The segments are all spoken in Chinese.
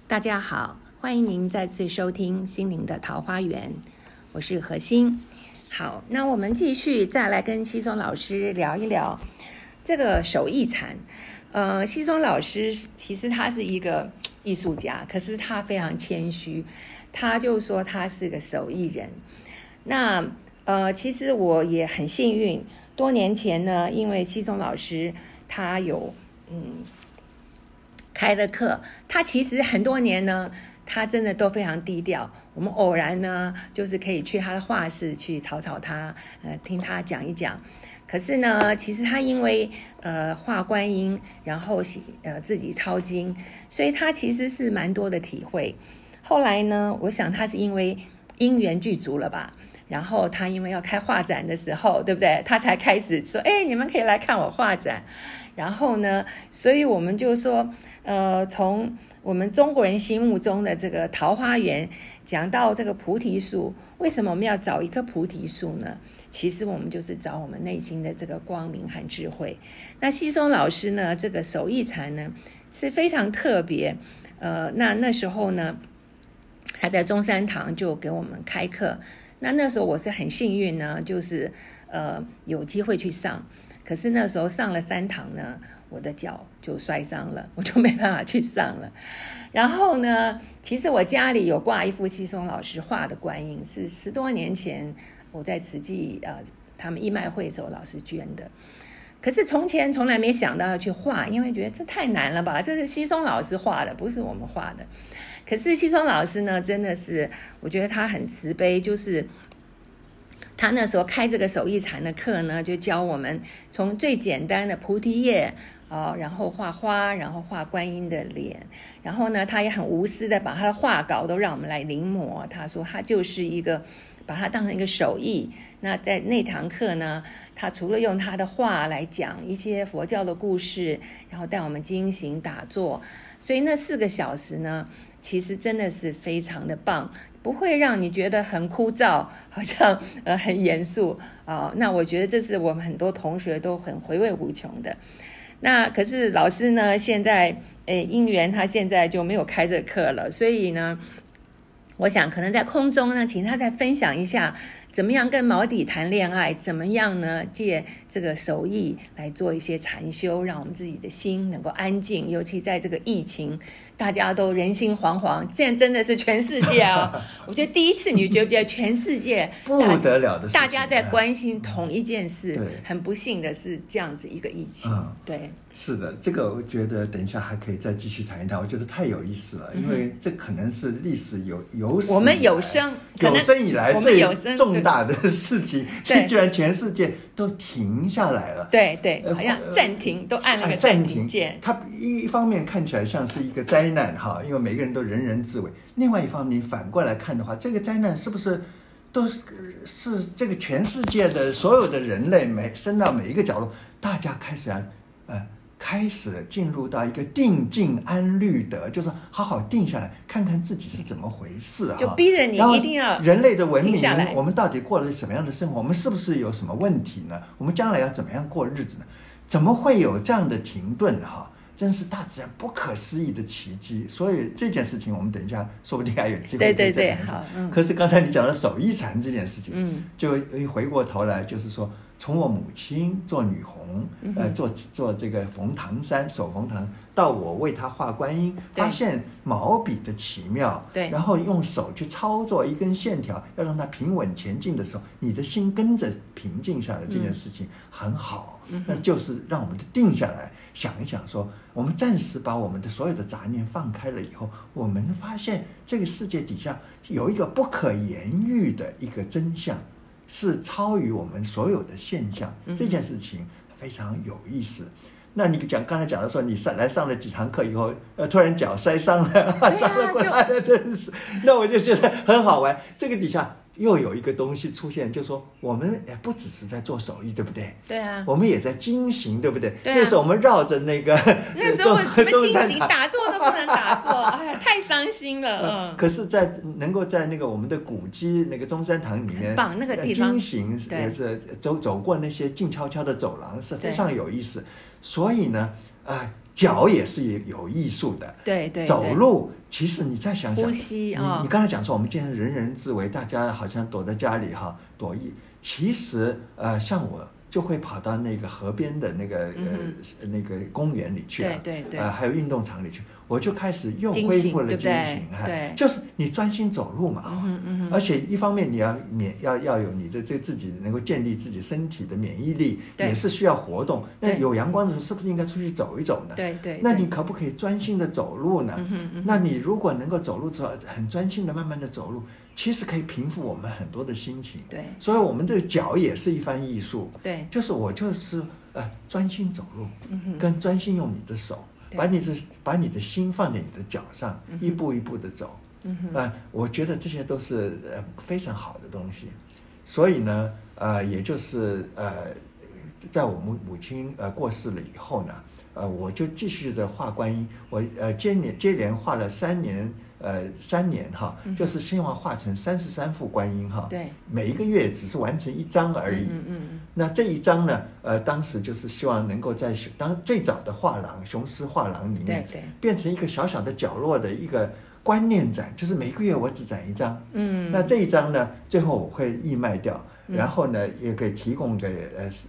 大家好，欢迎您再次收听心灵的桃花源，我是何心。好，那我们继续再来跟西松老师聊一聊这个手艺禅。西松老师其实他是一个艺术家，可是他非常谦虚，他就说他是个手艺人。那其实我也很幸运，多年前呢，因为西松老师他有开的课，他其实很多年呢，他真的都非常低调。我们偶然呢，就是可以去他的画室去吵吵他，听他讲一讲。可是呢，其实他因为画观音，然后自己抄经，所以他其实是蛮多的体会。后来呢，我想他是因为因缘具足了吧。然后他因为要开画展的时候，对不对？他才开始说，你们可以来看我画展。然后呢，所以我们就说，从我们中国人心目中的这个桃花源讲到这个菩提树，为什么我们要找一棵菩提树呢？其实我们就是找我们内心的这个光明和智慧。那西松老师呢，这个手艺禅呢是非常特别。那时候呢，他在中山堂就给我们开课。那时候我是很幸运呢，就是有机会去上。可是那时候上了3堂呢，我的脚就摔伤了，我就没办法去上了。然后呢，其实我家里有挂一幅西松老师画的观音，是10多年前我在慈济他们义卖会的时候老师捐的。可是从前从来没想到要去画，因为觉得这太难了吧，这是西松老师画的，不是我们画的。可是西松老师呢，真的是我觉得他很慈悲，就是他那时候开这个手艺禅的课呢，就教我们从最简单的菩提叶然后画花，然后画观音的脸，然后呢，他也很无私的把他的画稿都让我们来临摹。他说他就是一个把它当成一个手艺。那在那堂课呢，他除了用他的画来讲一些佛教的故事，然后带我们经行打坐，所以那4个小时呢，其实真的是非常的棒，不会让你觉得很枯燥，好像很严肃那我觉得这是我们很多同学都很回味无穷的。那可是老师呢，现在因缘他现在就没有开这课了，所以呢，我想可能在空中呢，请他再分享一下怎么样跟毛底谈恋爱，怎么样呢借这个手艺来做一些禅修，让我们自己的心能够安静。尤其在这个疫情，大家都人心惶惶，现在真的是全世界我觉得第一次你觉不觉得全世界不得了的事情， 大家在关心同一件事。很不幸的是这样子一个疫情。对， 是的，这个我觉得等一下还可以再继续谈一谈，我觉得太有意思了。因为这可能是历史有史我们有生以来最重大的事情，居然全世界都停下来了。 对，好像暂停，都按了个暂停键。 它一方面看起来像是一个灾难因为每个人都人人自危。另外一方面，你反过来看的话，这个灾难是不是都是这个全世界的所有的人类伸到每一个角落，大家开始进入到一个定静安虑得，就是好好定下来，看看自己是怎么回事就逼着你一定要人类的文明，我们到底过了什么样的生活？我们是不是有什么问题呢？我们将来要怎么样过日子呢？怎么会有这样的停顿真是大自然不可思议的奇迹。所以这件事情我们等一下说不定还有机会对好。 可是刚才你讲的手艺禅这件事情，就回过头来就是说，从我母亲做女红，做这个冯唐山手冯唐，到我为她画观音，发现毛笔的奇妙，然后用手去操作一根线条，要让它平稳前进的时候，你的心跟着平静下来，这件事情很好。那就是让我们定下来想一想，说我们暂时把我们的所有的杂念放开了以后，我们发现这个世界底下有一个不可言喻的一个真相，是超于我们所有的现象。这件事情非常有意思。那你刚才讲的说，你上了几堂课以后，突然脚摔伤了，伤了过来了，真是。那我就觉得很好玩。这个底下又有一个东西出现，就是说我们也不只是在做手艺，对不对？ 对啊， 我们也在经行，对不对？那时候我们绕着那个， 那时候什么经行打坐都不能打坐，太伤心了。 可是，能够在那个我们的古迹那个中山堂里面， 那个地方经行，走过那些静悄悄的走廊是非常有意思。所以呢， 脚也是有艺术的。 对对， 走路其实你再想想， 呼吸啊， 你刚才讲说我们今天人人自危，大家好像躲在家里哈躲疫，其实像我就会跑到那个河边的那个那个公园里去， 对， 还有运动场里去，我就开始又恢复了惊醒， 对， 就是你专心走路嘛，而且一方面你要有你的自己能够建立自己身体的免疫力，也是需要活动。那有阳光的时候，是不是应该出去走一走呢？ 对， 那你可不可以专心的走路呢？那你如果能够走路之后很专心的慢慢的走路，其实可以平复我们很多的心情。 对， 所以我们这个脚也是一番艺术。 对， 就是我专心走路，跟专心用你的手，把你的心放在你的脚上，一步一步的走。我觉得这些都是非常好的东西。所以呢，也就是在我母亲过世了以后呢，我就继续的画观音，我接连画了3年哈，就是希望画成33幅观音哈。 对， 每一个月只是完成1张而已。那这一张呢，当时就是希望能够在最早的画廊雄狮画廊里面， 对， 变成一个小小的角落的一个观念展，就是每个月我只展1张。那这一张呢，最后我会义卖掉，然后呢，也可以提供给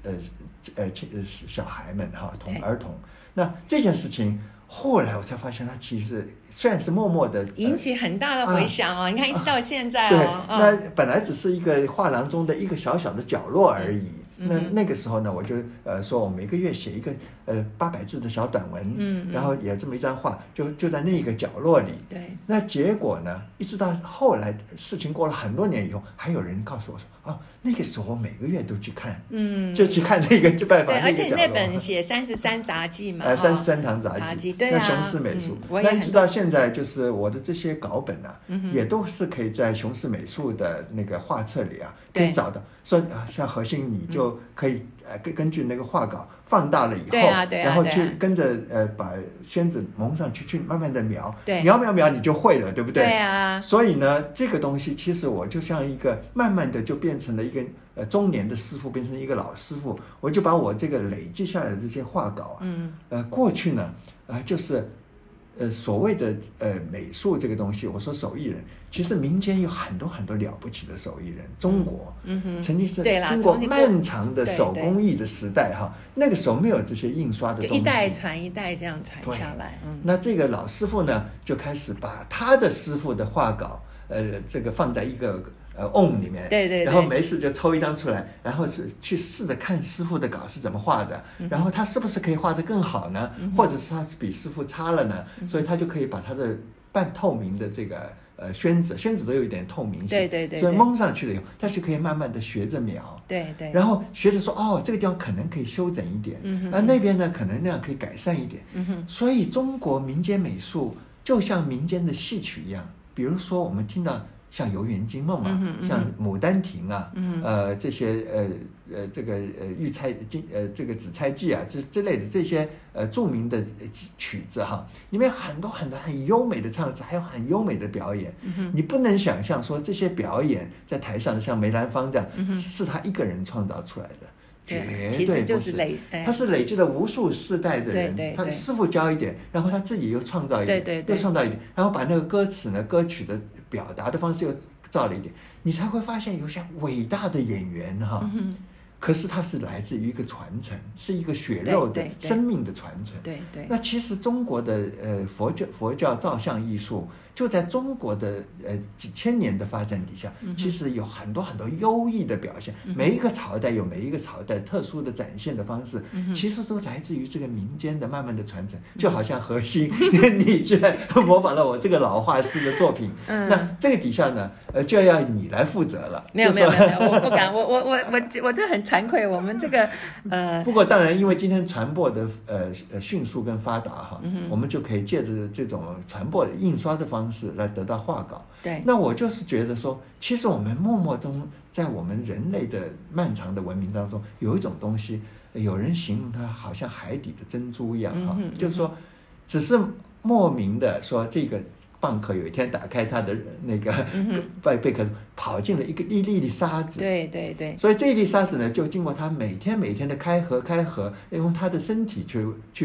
小孩们哈，儿童。那这件事情。后来我才发现，它其实虽然是默默的引起很大的回响哦。你看，一直到现在哦。对，那本来只是一个画廊中的一个小小的角落而已。那个时候呢，我就说我每个月写一个800字的小短文，然后有这么一张画，就在那个角落里。 对。 那结果呢，一直到后来事情过了很多年以后，还有人告诉我说，那个时候我每个月都去看，就去看那个，就拜访那个角落。 对，而且你那本写33杂记嘛 ，33堂杂记， 对那雄狮美术。那一直到现在，就是我的这些稿本啊，也都是可以在雄狮美术的那个画册里啊，可以找到。说像何欣，你就可以根据那个画稿放大了以后，然后去跟着把宣纸蒙上去慢慢的描，描你就会了，对不对？ 对啊。 所以呢，这个东西其实我就像一个慢慢的就变成了一个中年的师傅，变成一个老师傅，我就把我这个累积下来的这些画稿啊，过去呢就是所谓的美术这个东西，我说手艺人，其实民间有很多很多了不起的手艺人。中国曾经是经过漫长的手工艺的时代哈，那个时候没有这些印刷的东西， 就一代传一代这样传下来。 那这个老师傅呢，就开始把他的师傅的画稿这个放在一个瓮里面， 对， 然后没事就抽一张出来，然后是去试着看师傅的稿是怎么画的，然后他是不是可以画得更好呢？或者是他比师傅差了呢？所以他就可以把他的半透明的这个宣纸都有一点透明性， 对， 所以蒙上去了以后，他就可以慢慢的学着描， 对， 然后学着说这个地方可能可以修整一点，那边呢可能那样可以改善一点，所以中国民间美术就像民间的戏曲一样，比如说我们听到。像游园惊梦啊，像牡丹亭啊，这些这个玉钗这个紫钗记啊之类的这些著名的曲子哈，里面很多很多很优美的唱词，还有很优美的表演。你不能想象说这些表演在台上像梅兰芳这样，是他一个人创造出来的。 其实就是他是累积了无数世代的人，他的师傅教一点，然后他自己又创造一点，又创造一点，然后把那个歌曲的表达的方式又造了一点，你才会发现有些伟大的演员哈。可是它是来自于一个传承，是一个血肉的生命的传承。 对。 那其实中国的佛教造像艺术，就在中国的几千年的发展底下，其实有很多很多优异的表现。每一个朝代有每一个朝代特殊的展现的方式，其实都来自于这个民间的慢慢的传承。就好像何欣，你居然模仿了我这个老画师的作品，那这个底下呢，就要你来负责了。 没有，我不敢，我这很惭愧，我们这个不过当然，因为今天传播的迅速跟发达哈，我们就可以借着这种传播印刷的方式来得到画稿。 对， 那我就是觉得说，其实我们默默中在我们人类的漫长的文明当中，有一种东西，有人形容它好像海底的珍珠一样哈，就是说，只是莫名的说这个。蚌壳有一天打开它的那个贝壳，跑进了一粒沙子。 对。 所以这一粒沙子呢，就经过它每天的开合，用它的身体去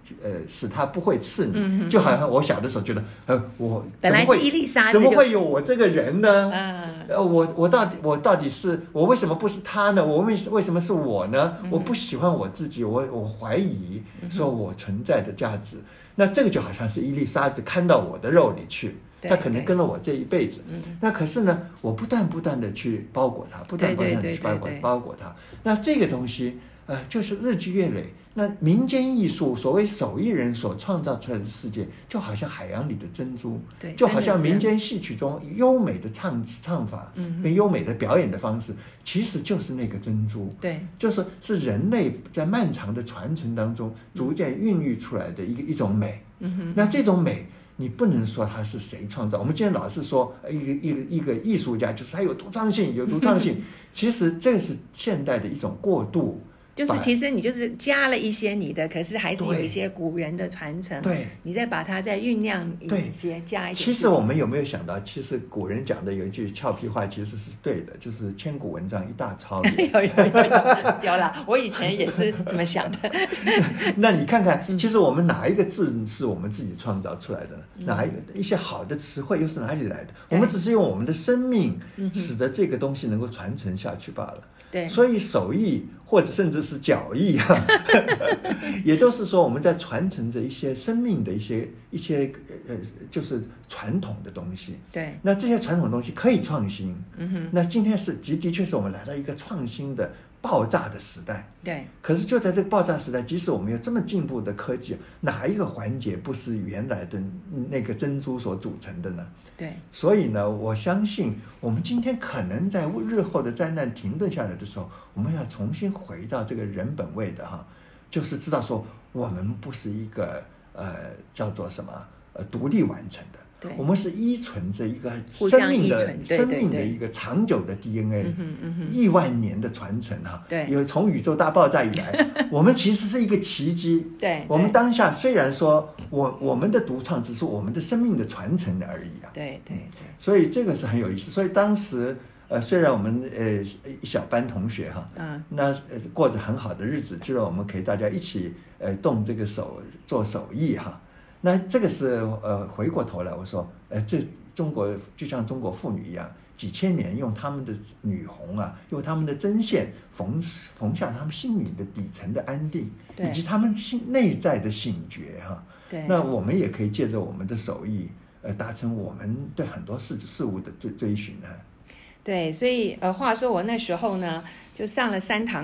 使它不会刺你，就好像我小的时候觉得，我本来是一粒沙子， 怎么会有我这个人呢？我到底是我为什么不是他呢？我为什么是我呢？我不喜欢我自己，我怀疑说我存在的价值。那这个就好像是一粒沙子看到我的肉里去，它可能跟了我这一辈子。那可是呢，我不断的去包裹它，不断的去包裹它。那这个东西，就是日积月累。那民间艺术，所谓手艺人所创造出来的世界，就好像海洋里的珍珠，就好像民间戏曲中优美的唱法，跟优美的表演的方式，其实就是那个珍珠。 对， 是人类在漫长的传承当中逐渐孕育出来的一种美。那这种美，你不能说它是谁创造。我们今天老是说一个艺术家，就是他有独创性，其实这是现代的一种过度。 就是其实你就是加了一些你的，可是还是有一些古人的传承， 对， 你再把它再酝酿一些，加一些。 其实我们有没有想到，其实古人讲的有一句俏皮话，其实是对的，就是千古文章一大抄。 有啦，我以前也是这么想的。 那你看看，其实我们哪一个字是我们自己创造出来的？哪一些好的词汇又是哪里来的？我们只是用我们的生命，使得这个东西能够传承下去罢了。 对， 所以手艺或者甚至是脚艺也都是说我们在传承着一些生命的一些就是传统的东西。 对， 那这些传统的东西可以创新。那今天的确是我们来到一个创新的爆炸的时代。 对， 可是就在这个爆炸时代，即使我们有这么进步的科技，哪一个环节不是原来的那个珍珠所组成的呢？ 对， 所以呢，我相信我们今天可能在日后的灾难停顿下来的时候，我们要重新回到这个人本位的就是知道说我们不是一个叫做什么独立完成的。我们是依存着一个生命的一个长久的 DNA， 亿万年的传承因为从宇宙大爆炸以来，我们其实是一个奇迹。 对， 我们当下虽然说我们的独创只是我们的生命的传承而已对。 所以这个是很有意思。所以当时虽然我们一小班同学那过着很好的日子，就是我们可以大家一起动这个手做手艺那这个是回过头来我说这中国就像中国妇女一样，几千年用他们的女红用他们的针线缝下他们心里的底层的安定，以及他们内在的醒觉对， 那我们也可以借着我们的手艺达成我们对很多事物的追寻对，所以话说我那时候呢就才上了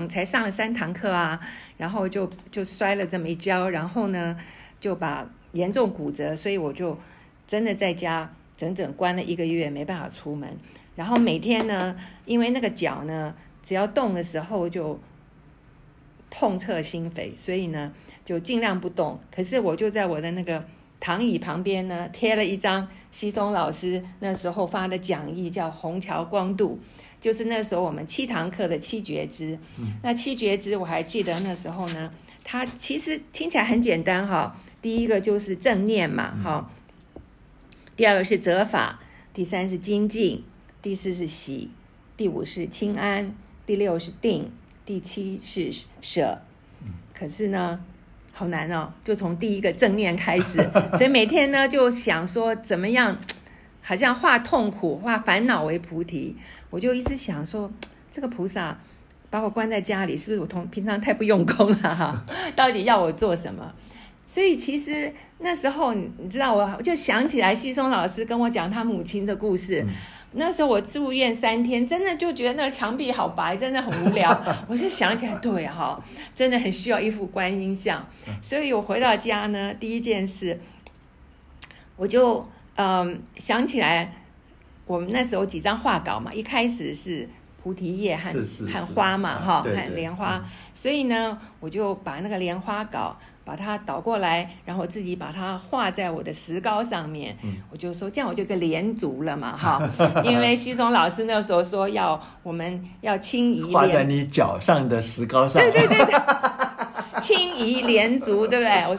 3堂课然后就摔了这么一跤，然后呢就把严重骨折，所以我就真的在家整整关了1个月，没办法出门。然后每天呢，因为那个脚呢，只要动的时候就痛彻心扉，所以呢就尽量不动。可是我就在我的那个躺椅旁边呢，贴了一张西松老师那时候发的讲义，叫《虹桥光度》，就是那时候我们7堂课的7觉知。那7觉知我还记得那时候呢，它其实听起来很简单第一个就是正念嘛第2个是责法，第3是精进，第4是喜，第5是清安，第6是定，第7是舍。可是呢好难就从第一个正念开始所以每天呢就想说怎么样好像化痛苦化烦恼为菩提。我就一直想说这个菩萨把我关在家里，是不是我平常太不用功了到底要我做什么？所以其实那时候你知道我就想起来西松老师跟我讲他母亲的故事。那时候我住院3天，真的就觉得那个墙壁好白，真的很无聊我就想起来对真的很需要一幅观音像。所以我回到家呢，第一件事我就想起来我们那时候几张画稿嘛，一开始是菩提叶和花嘛和莲花。所以呢我就把那个莲花稿把它倒过来，然后自己把它画在我的石膏上面。我就说这样我就个莲足了嘛因为西松老师那时候说我们要轻移画在你脚上的石膏上。 对轻移莲足，对不对？我说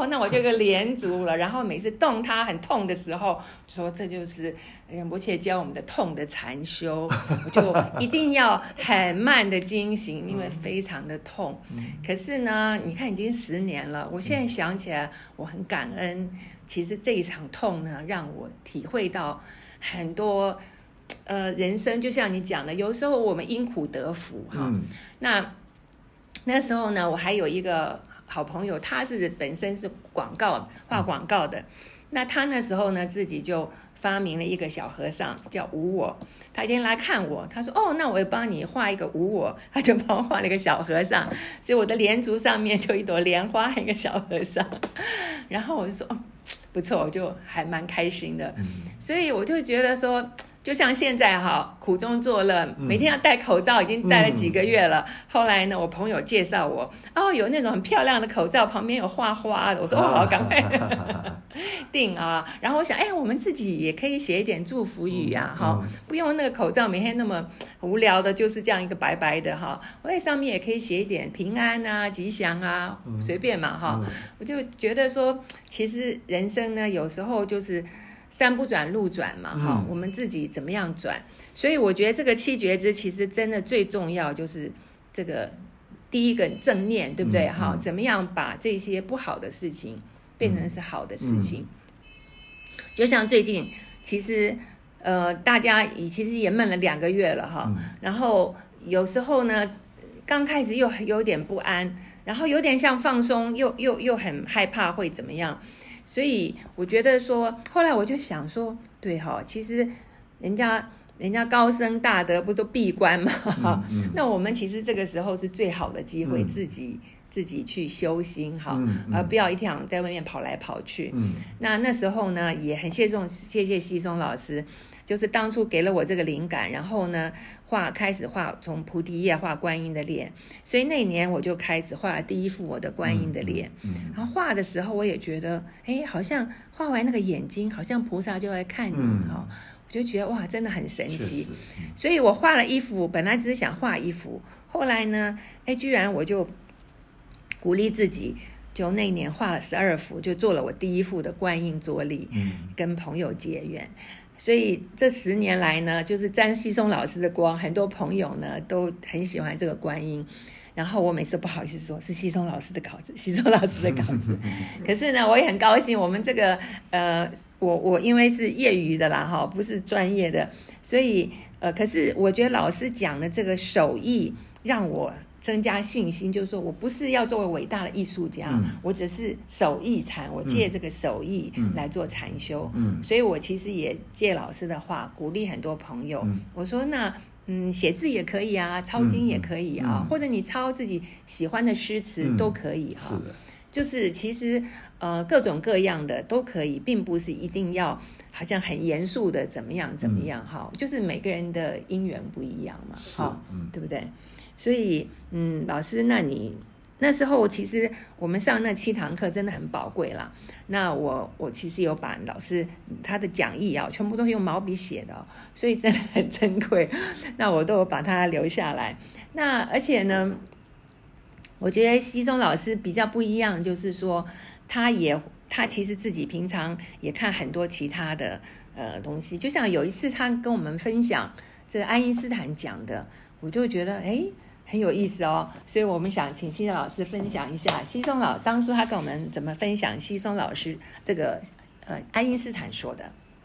那我就个连足了。然后每次动它很痛的时候，说这就是仁波切教我们的痛的禅修，我就一定要很慢的进行，因为非常的痛。可是呢，你看已经10年了，我现在想起来，我很感恩。其实这一场痛呢，让我体会到很多。人生就像你讲的，有时候我们因苦得福哈。那时候呢，我还有一个好朋友，他是本身是画广告的。那他那时候呢，自己就发明了一个小和尚，叫无我。他一天来看我，他说：“哦，那我也帮你画一个无我。”他就帮我画了一个小和尚，所以我的莲竹上面就一朵莲花，一个小和尚。然后我就说：“哦，不错，我就还蛮开心的。”所以我就觉得说。就像现在哈，苦中作乐，每天要戴口罩，已经戴了几个月了。后来呢，我朋友介绍我，有那种很漂亮的口罩，旁边有画花的。我说好，赶快订啊。然后我想，我们自己也可以写一点祝福语啊，不用那个口罩每天那么无聊的，就是这样一个白白的哈。我在上面也可以写一点平安啊、吉祥啊，随便嘛哈。我就觉得说，其实人生呢，有时候就是。山不转路转嘛，我们自己怎么样转？所以我觉得这个七觉支其实真的最重要就是这个第一个正念，对不对？怎么样把这些不好的事情变成是好的事情？就像最近，其实大家其实也闷了2个月了哈，然后有时候呢，刚开始又有点不安，然后有点像放松，又很害怕会怎么样。所以我觉得说，后来我就想说，对哈，其实人家高僧大德不都闭关嘛？那我们其实这个时候是最好的机会，自己去修心哈，而不要一天在外面跑来跑去。那时候呢，也很谢谢西松老师，就是当初给了我这个灵感，然后呢。开始画从菩提叶画观音的脸，所以那年我就开始画了第一幅我的观音的脸。然后画的时候我也觉得，好像画完那个眼睛，好像菩萨就会看你哈，我就觉得哇，真的很神奇。所以我画了一幅，本来只是想画一幅，后来呢，居然我就鼓励自己。就那年画了12幅，就做了我第一幅的观音坐立，跟朋友结缘。所以这10年来呢，就是沾西松老师的光，很多朋友呢都很喜欢这个观音。然后我每次不好意思说是西松老师的稿子，西松老师的稿子。可是呢，我也很高兴，我们这个我因为是业余的啦哈，不是专业的，所以可是我觉得老师讲的这个手艺让我。增加信心，就是说我不是要作为伟大的艺术家，我只是手艺禅，我借这个手艺来做禅修。所以我其实也借老师的话，鼓励很多朋友。我说那写字也可以啊，抄经也可以啊，或者你抄自己喜欢的诗词都可以哈。是的，就是其实各种各样的都可以，并不是一定要好像很严肃的怎么样哈，就是每个人的因缘不一样嘛，哈，对不对？所以，老师，那你那时候其实我们上那7堂课真的很宝贵啦。那我其实有把老师他的讲义啊，全部都是用毛笔写的，所以真的很珍贵。那我都有把它留下来。那而且呢，我觉得西松老师比较不一样，就是说他其实自己平常也看很多其他的东西。就像有一次他跟我们分享这个爱因斯坦讲的，我就觉得很有意思哦，所以我们想请西松老师分享一下当初他跟我们怎么分享西松老师这个爱因斯坦说的。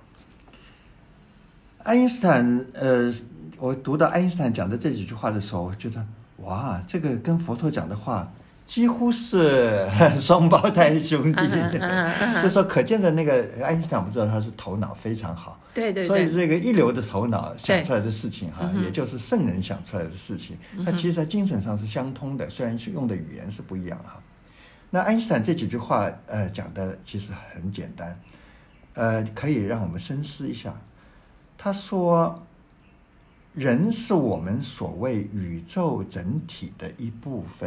爱因斯坦我读到爱因斯坦讲的这几句话的时候，我觉得哇，这个跟佛陀讲的话几乎是双胞胎兄弟，就说可见的那个爱因斯坦，我们知道他是头脑非常好， 对， 所以这个一流的头脑想出来的事情哈，也就是圣人想出来的事情，它其实在精神上是相通的，虽然是用的语言是不一样哈。那爱因斯坦这几句话讲的其实很简单，可以让我们深思一下。他说，人是我们所谓宇宙整体的一部分。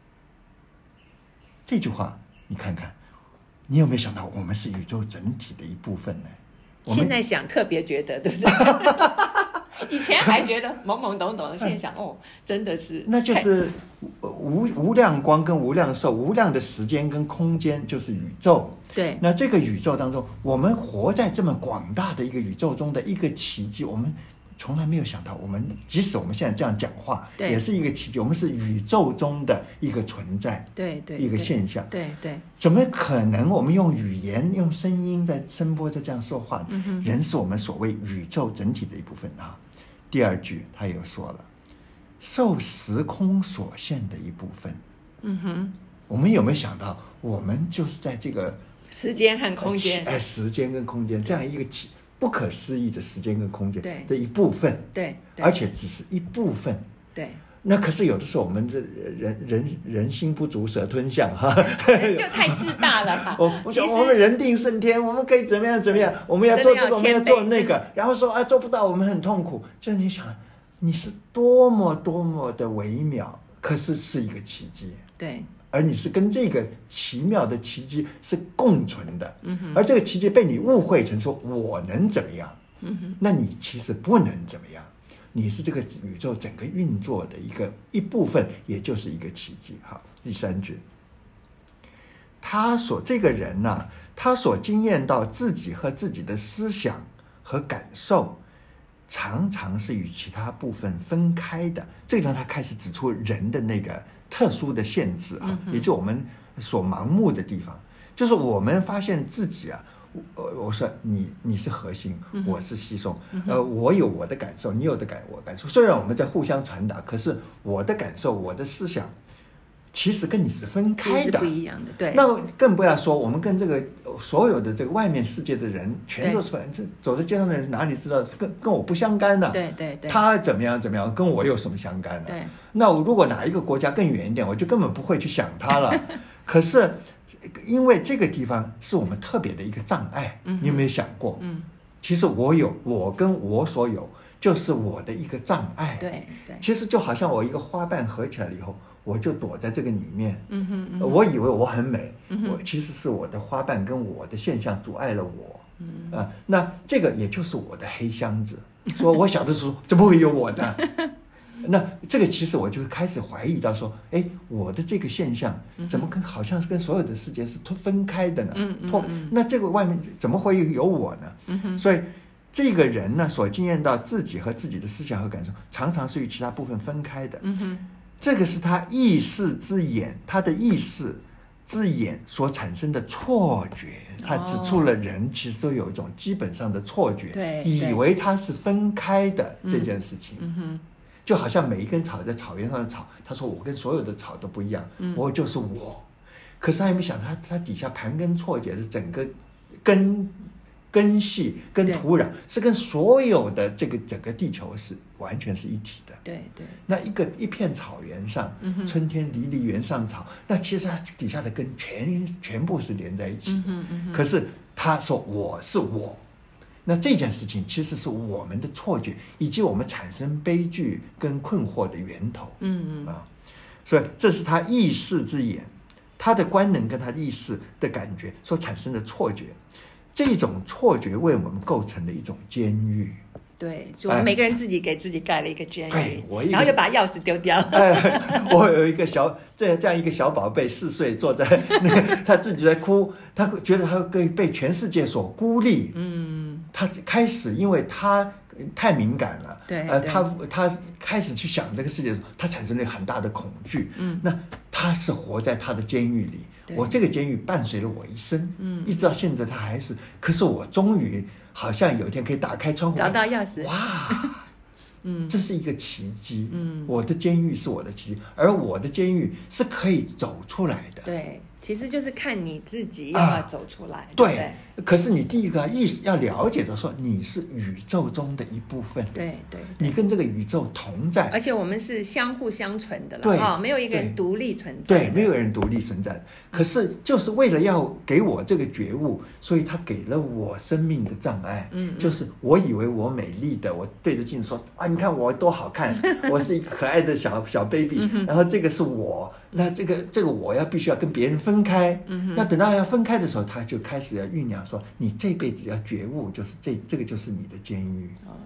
这句话你看看，你有没有想到我们是宇宙整体的一部分呢？ 现在想特别觉得，对不对？ 以前还觉得懵懵懂懂的，现在想哦，真的是， 那就是无量光跟无量寿，无量的时间跟空间就是宇宙。 对， 那这个宇宙当中，我们活在这么广大的一个宇宙中的一个奇迹，我们从来没有想到，即使我们现在这样讲话，也是一个奇迹。我们是宇宙中的一个存在， 对， 一个现象。 对， 怎么可能我们用语言、用声音在声波在这样说话？人是我们所谓宇宙整体的一部分啊。第二句他又说了，受时空所限的一部分。我们有没有想到，我们就是在这个时间和空间， 时间跟空间这样一个不可思议的时间跟空间的一部分， 对， 而且只是一部分， 对。 那可是有的时候我们的人心不足蛇吞象哈， 就太自大了吧？ 我们人定胜天，我们可以怎么样，我们要做这个，我们要做那个，然后说做不到，我们很痛苦。就你想，你是多么的微妙，可是是一个奇迹。 对。 而你是跟这个奇妙的奇迹是共存的，而这个奇迹被你误会成说我能怎么样，那你其实不能怎么样，你是这个宇宙整个运作的一部分，也就是一个奇迹。好，第三句，这个人呢，他所经验到自己和自己的思想和感受，常常是与其他部分分开的。这个地方他开始指出人的那个特殊的限制啊，也就是我们所盲目的地方，就是我们发现自己啊，我说你是核心，我是吸收，我有我的感受，你有我的感受，虽然我们在互相传达，可是我的感受，我的思想，其实跟你是分开的， 是不一样的。对， 那更不要说我们跟这个所有的这个外面世界的人，全都是走在街上的人，哪里知道跟我不相干呢？ 对， 他怎么样，跟我有什么相干呢？ 对， 那如果哪一个国家更远一点，我就根本不会去想他了。可是因为这个地方是我们特别的一个障碍，你有没有想过？其实我跟我所有就是我的一个障碍。 对， 其实就好像我一个花瓣合起来了以后，我就躲在这个里面，我以为我很美，我其实是我的花瓣跟我的现象阻碍了我，那这个也就是我的黑箱子。说我小的时候怎么会有我呢？那这个其实我就开始怀疑到说，我的这个现象怎么好像是跟所有的世界是分开的呢？那这个外面怎么会有我呢？所以这个人呢，所经验到自己和自己的思想和感受，常常是与其他部分分开的。这个是他意识之眼，他的意识之眼所产生的错觉。他指出了人其实都有一种基本上的错觉，以为他是分开的这件事情。就好像每一根草在草原上的草，他说我跟所有的草都不一样，我就是我。可是他也没想到他底下盘根错节的整个根系跟土壤是跟所有的这个整个地球是完全是一体的。 对， 那一片草原上，春天离离原上草，那其实它底下的根全部是连在一起的。可是他说我是我，那这件事情其实是我们的错觉，以及我们产生悲剧跟困惑的源头。所以这是他意识之眼，他的官能跟他意识的感觉所产生的错觉。这种错觉为我们构成了一种监狱。 对，就每个人自己给自己盖了一个监狱，然后就把钥匙丢掉。 我有一个这样一个小宝贝，4岁坐在他自己在哭，他觉得他被全世界所孤立。他开始因为他太敏感了，他开始去想这个世界的时候，他产生了很大的恐惧。那他是活在他的监狱里，我这个监狱伴随了我一生，一直到现在他还是。可是我终于好像有一天可以打开窗户， 找到钥匙， 哇！这是一个奇迹。我的监狱是我的奇迹，而我的监狱是可以走出来的。 对，其实就是看你自己要不要走出来。 对，可是你第一个要了解的说，你是宇宙中的一部分。 对， 你跟这个宇宙同在， 而且我们是相互相存的了。 对， 没有一个人独立存在。 对，没有人独立存在。可是就是为了要给我这个觉悟，所以他给了我生命的障碍。就是我以为我美丽的，我对着镜子说你看我多好看，我是一个可爱的小 baby。然后这个是我，那这个我必须要跟别人分开。那等到要分开的时候，他就开始要酝酿说，你这辈子要觉悟，就是这个就是你的监狱。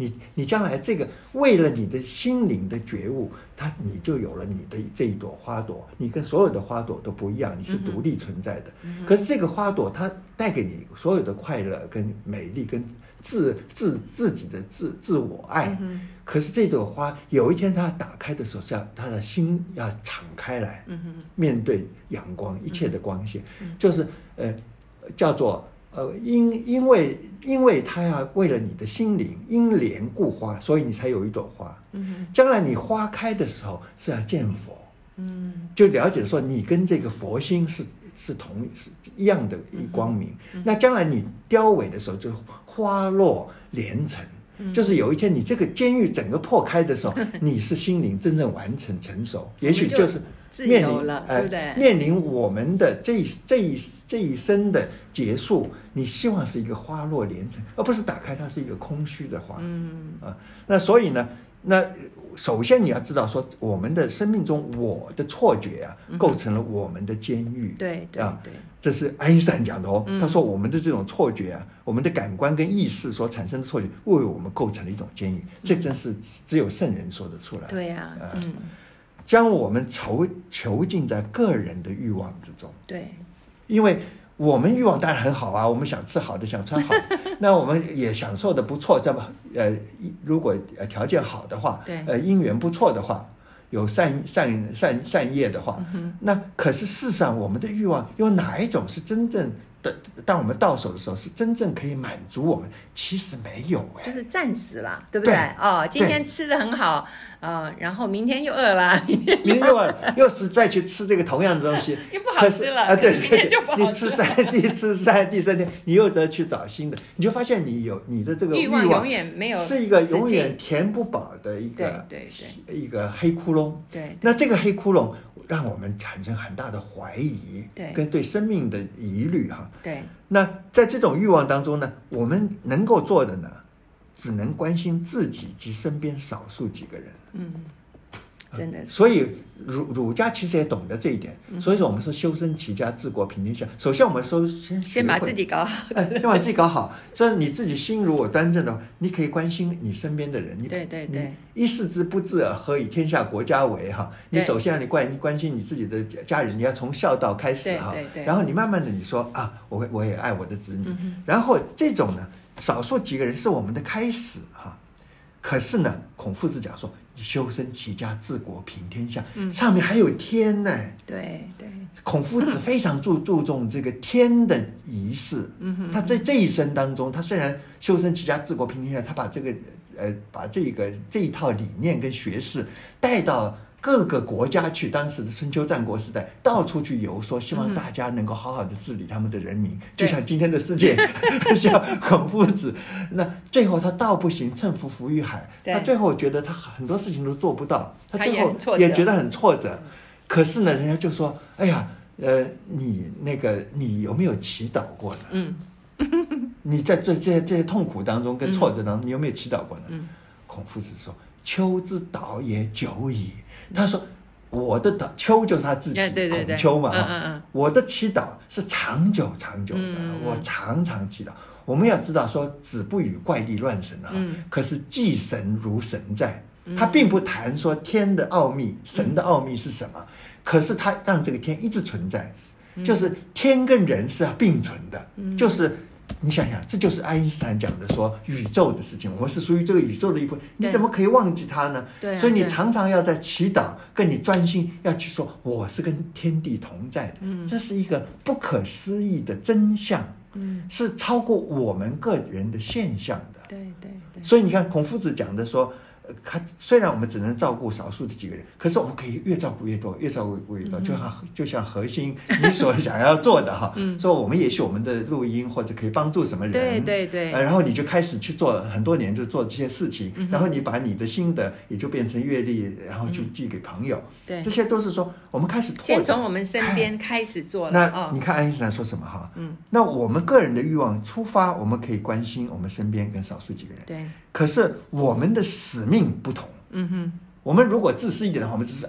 你将来这个为了你的心灵的觉悟，你就有了你的这一朵花朵，你跟所有的花朵都不一样，你是独立存在的。可是这个花朵它带给你所有的快乐跟美丽跟自己的自我爱。可是这朵花有一天它打开的时候，是要它的心要敞开来，面对阳光一切的光线，就是叫做因为它要为了你的心灵因莲故花，所以你才有一朵花。将来你花开的时候是要见佛，就了解说你跟这个佛心是一样的光明。那将来你凋萎的时候，就花落莲成。就是有一天你这个监狱整个破开的时候，你是心灵真正完成成熟，也许就是面临对不对？ 面临我们的这一生的结束，你希望是一个花落莲成，而不是打开它是一个空虚的花。那所以呢，那首先你要知道说，我们的生命中我的错觉构成了我们的监狱。 对， 这是爱因斯坦讲的哦。他说我们的这种错觉我们的感官跟意识所产生的错觉，为我们构成了一种监狱。这真是只有圣人说得出来。 对呀， 将我们囚禁在个人的欲望之中。 对， 因为我们欲望当然很好我们想吃好的，想穿好的那我们也享受的不错。这么如果条件好的话， 对， 姻缘不错的话，有善业的话，那可是事实上我们的欲望有哪一种是真正的，当我们到手的时候是真正可以满足我们？其实没有就是暂时啦，对不对？今天吃的很好然后明天又饿了，明天又饿了，又是再去吃这个同样的东西， 又不好吃了对， 明天就不好吃了。 你吃第三天，你又得去找新的，你就发现你的这个欲望永远没有， 是一个永远填不饱的一个黑窟窿。 对， 那这个黑窟窿让我们产生很大的怀疑，跟对生命的疑虑对， 那在这种欲望当中呢，我们能够做的呢，只能关心自己及身边少数几个人。 真的是。 所以儒家其实也懂得这一点。所以说我们说修身齐家治国平天下，首先我们先把自己搞好， 先把自己搞好。这你自己心如果端正的话，你可以关心你身边的人。 对， 一视之不治而何以天下国家为你首先你关心你自己的家人，你要从孝道开始对， 然后你慢慢的你说我也爱我的子女，然后这种呢少数几个人是我们的开始可是呢，孔夫子讲说修身齐家治国平天下，上面还有天呢。 对， 孔夫子非常注重这个天的仪式。他在这一生当中，他虽然修身齐家治国平天下，他把这一套理念跟学识带到各个国家去，当时的春秋战国时代到处去游说，希望大家能够好好的治理他们的人民，就像今天的世界像孔夫子。那最后他道不行，乘浮浮于海，他最后觉得他很多事情都做不到，他最后也觉得很挫折。可是呢，人家就说哎呀你有没有祈祷过呢？你在这些痛苦当中跟挫折当中，你有没有祈祷过呢？孔夫子说秋之祷也久矣。他说我的祷，秋就是他自己孔丘嘛，我的祈祷是长久的，我常祈祷。我们要知道说子不语怪力乱神可是祭神如神在。他并不谈说天的奥秘，神的奥秘是什么，可是他让这个天一直存在，就是天跟人是要并存的，就是你想想，这就是爱因斯坦讲的说宇宙的事情，我们是属于这个宇宙的一部分，你怎么可以忘记它呢？所以你常常要在祈祷，跟你专心要去说我是跟天地同在的，这是一个不可思议的真相，是超过我们个人的现象的。 对， 所以你看孔夫子讲的说虽然我们只能照顾少数的几个人，可是我们可以越照顾越多，越照顾越多，就像核心你所想要做的说我们也许我们的录音或者可以帮助什么人， 对， 然后你就开始去做，很多年就做这些事情，然后你把你的心得也就变成阅历，然后去寄给朋友，这些都是说我们开始拓展， 先从我们身边开始做了。 那你看爱因斯坦说什么那我们个人的欲望出发，我们可以关心我们身边跟少数几个人， 对， 可是我们的使命不同。我们如果自私一点的话，我们只是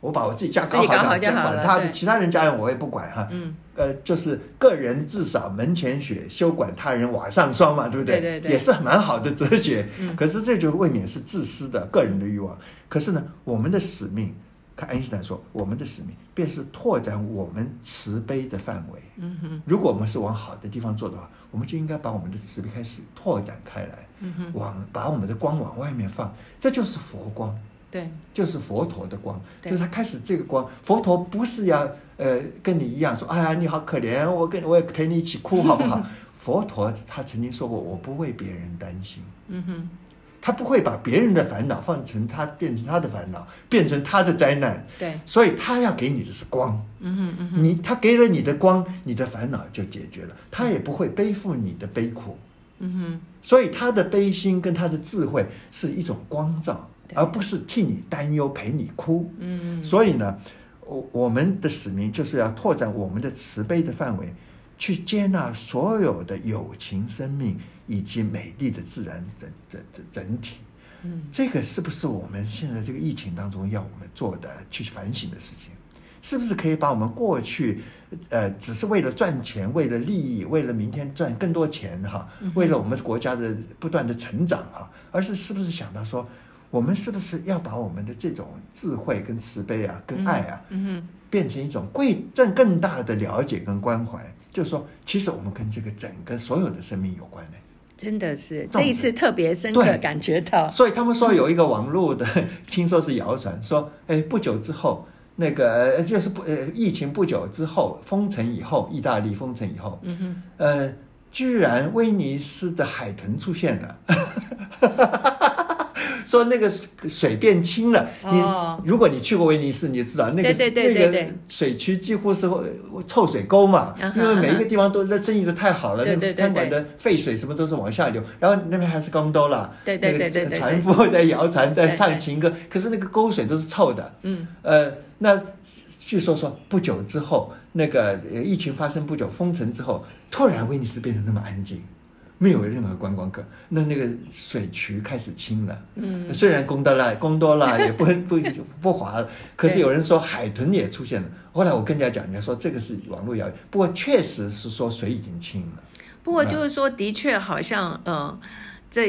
我把我自己家搞好就好，管他其他人家人我也不管哈。就是个人至少门前雪，休管他人瓦上霜嘛，对不对？ 对对对， 也是蛮好的哲学。可是这就未免是自私的个人的欲望。可是呢，我们的使命，看爱因斯坦说，我们的使命便是拓展我们慈悲的范围。如果我们是往好的地方做的话，我们就应该把我们的慈悲开始拓展开来，把我们的光往外面放，这就是佛光。 对， 就是佛陀的光，就是他开始这个光。佛陀不是要跟你一样说，哎呀你好可怜，我也陪你一起哭好不好？佛陀他曾经说过，我不为别人担心。他不会把别人的烦恼变成他的烦恼，变成他的灾难。 对， 所以他要给你的是光。他给了你的光，你的烦恼就解决了，他也不会背负你的悲苦。所以他的悲心跟他的智慧是一种光照，而不是替你担忧陪你哭。所以呢，我们的使命就是要拓展我们的慈悲的范围，去接纳所有的有情生命以及美丽的自然整体。这个是不是我们现在这个疫情当中要我们做的去反省的事情？是不是可以把我们过去只是为了赚钱，为了利益，为了明天赚更多钱哈，为了我们国家的不断的成长哈，而是不是想到说，我们是不是要把我们的这种智慧跟慈悲啊跟爱啊变成一种更大的了解跟关怀？就是说其实我们跟这个整个所有的生命有关的。 真的是这一次特别深刻感觉到。 所以他们说有一个网络的听说是谣传说，不久之后那个就是疫情不久之后封城以后，意大利封城以后，居然威尼斯的海豚出现了。说那个水变清了。如果你去过威尼斯，你就知道那个水区几乎是臭水沟嘛，因为每一个地方都生意都太好了，那个餐馆的废水什么都是往下流，然后那边还是贡多啦，那个船夫在摇船在唱情歌，可是那个沟水都是臭的。那据说不久之后，那个疫情发生不久，封城之后，突然威尼斯变得那么安静。没有任何观光客，那个水渠开始清了。虽然贡多拉也不滑了，可是有人说海豚也出现了。后来我跟人家说这个是网络谣言，不过确实是说水已经清了。 不过就是说，的确好像这